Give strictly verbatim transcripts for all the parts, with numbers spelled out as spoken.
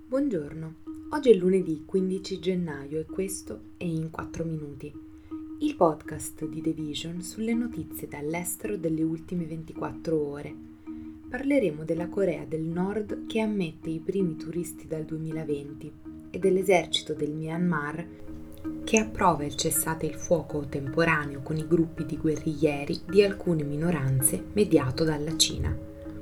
Buongiorno, oggi è lunedì quindici gennaio e questo è In quattro minuti, il podcast di The Vision sulle notizie dall'estero delle ultime ventiquattro ore. Parleremo della Corea del Nord che ammette i primi turisti dal duemilaventi e dell'esercito del Myanmar che approva il cessate il fuoco temporaneo con i gruppi di guerriglieri di alcune minoranze mediato dalla Cina.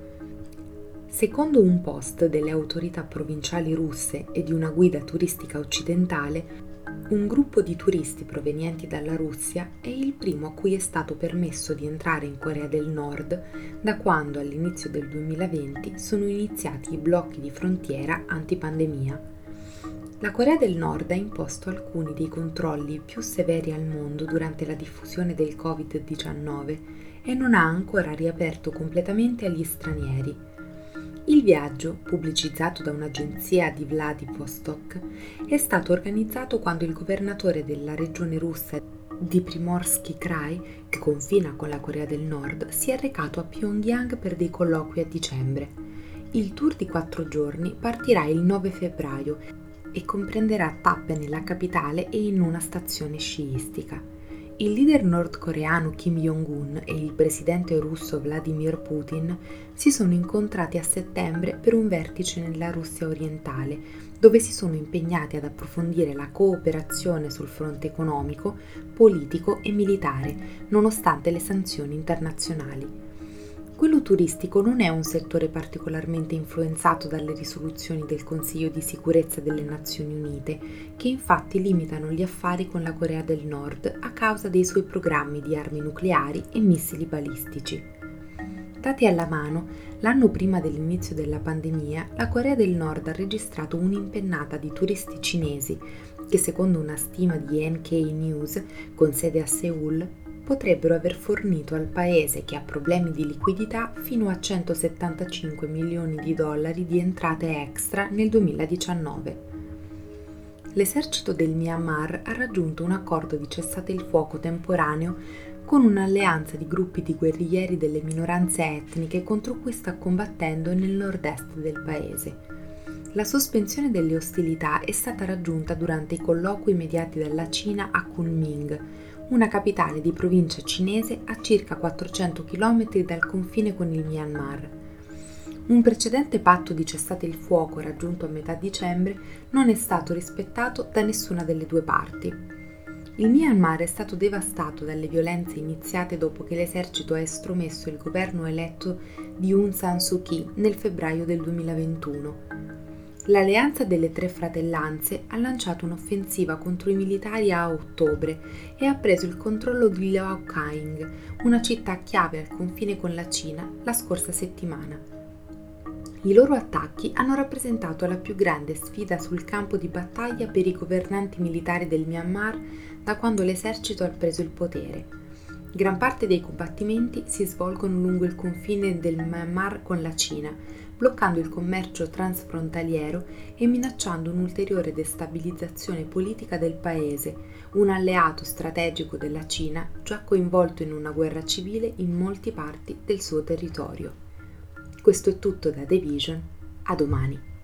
Secondo un post delle autorità provinciali russe e di una guida turistica occidentale, un gruppo di turisti provenienti dalla Russia è il primo a cui è stato permesso di entrare in Corea del Nord da quando all'inizio del duemilaventi sono iniziati i blocchi di frontiera antipandemia. La Corea del Nord ha imposto alcuni dei controlli più severi al mondo durante la diffusione del covid diciannove e non ha ancora riaperto completamente agli stranieri. Il viaggio, pubblicizzato da un'agenzia di Vladivostok, è stato organizzato quando il governatore della regione russa di Primorsky Krai, che confina con la Corea del Nord, si è recato a Pyongyang per dei colloqui a dicembre. Il tour di quattro giorni partirà il nove febbraio e comprenderà tappe nella capitale e in una stazione sciistica. Il leader nordcoreano Kim Jong-un e il presidente russo Vladimir Putin si sono incontrati a settembre per un vertice nella Russia orientale, dove si sono impegnati ad approfondire la cooperazione sul fronte economico, politico e militare, nonostante le sanzioni internazionali. Quello turistico non è un settore particolarmente influenzato dalle risoluzioni del Consiglio di sicurezza delle Nazioni Unite, che infatti limitano gli affari con la Corea del Nord a causa dei suoi programmi di armi nucleari e missili balistici. Dati alla mano, l'anno prima dell'inizio della pandemia, la Corea del Nord ha registrato un'impennata di turisti cinesi che, secondo una stima di N K News, con sede a Seoul, potrebbero aver fornito al paese che ha problemi di liquidità fino a centosettantacinque milioni di dollari di entrate extra nel duemiladiciannove. L'esercito del Myanmar ha raggiunto un accordo di cessate il fuoco temporaneo con un'alleanza di gruppi di guerriglieri delle minoranze etniche contro cui sta combattendo nel nord-est del paese. La sospensione delle ostilità è stata raggiunta durante i colloqui mediati dalla Cina a Kunming, una capitale di provincia cinese a circa quattrocento chilometri dal confine con il Myanmar. Un precedente patto di cessate il fuoco raggiunto a metà dicembre non è stato rispettato da nessuna delle due parti. Il Myanmar è stato devastato dalle violenze iniziate dopo che l'esercito ha estromesso il governo eletto di Aung San Suu Kyi nel febbraio del duemilaventuno. L'Alleanza delle Tre Fratellanze ha lanciato un'offensiva contro i militari a ottobre e ha preso il controllo di Liaoning, una città chiave al confine con la Cina, la scorsa settimana. I loro attacchi hanno rappresentato la più grande sfida sul campo di battaglia per i governanti militari del Myanmar da quando l'esercito ha preso il potere. Gran parte dei combattimenti si svolgono lungo il confine del Myanmar con la Cina, bloccando il commercio transfrontaliero e minacciando un'ulteriore destabilizzazione politica del paese, un alleato strategico della Cina già coinvolto in una guerra civile in molte parti del suo territorio. Questo è tutto da The Vision, a domani.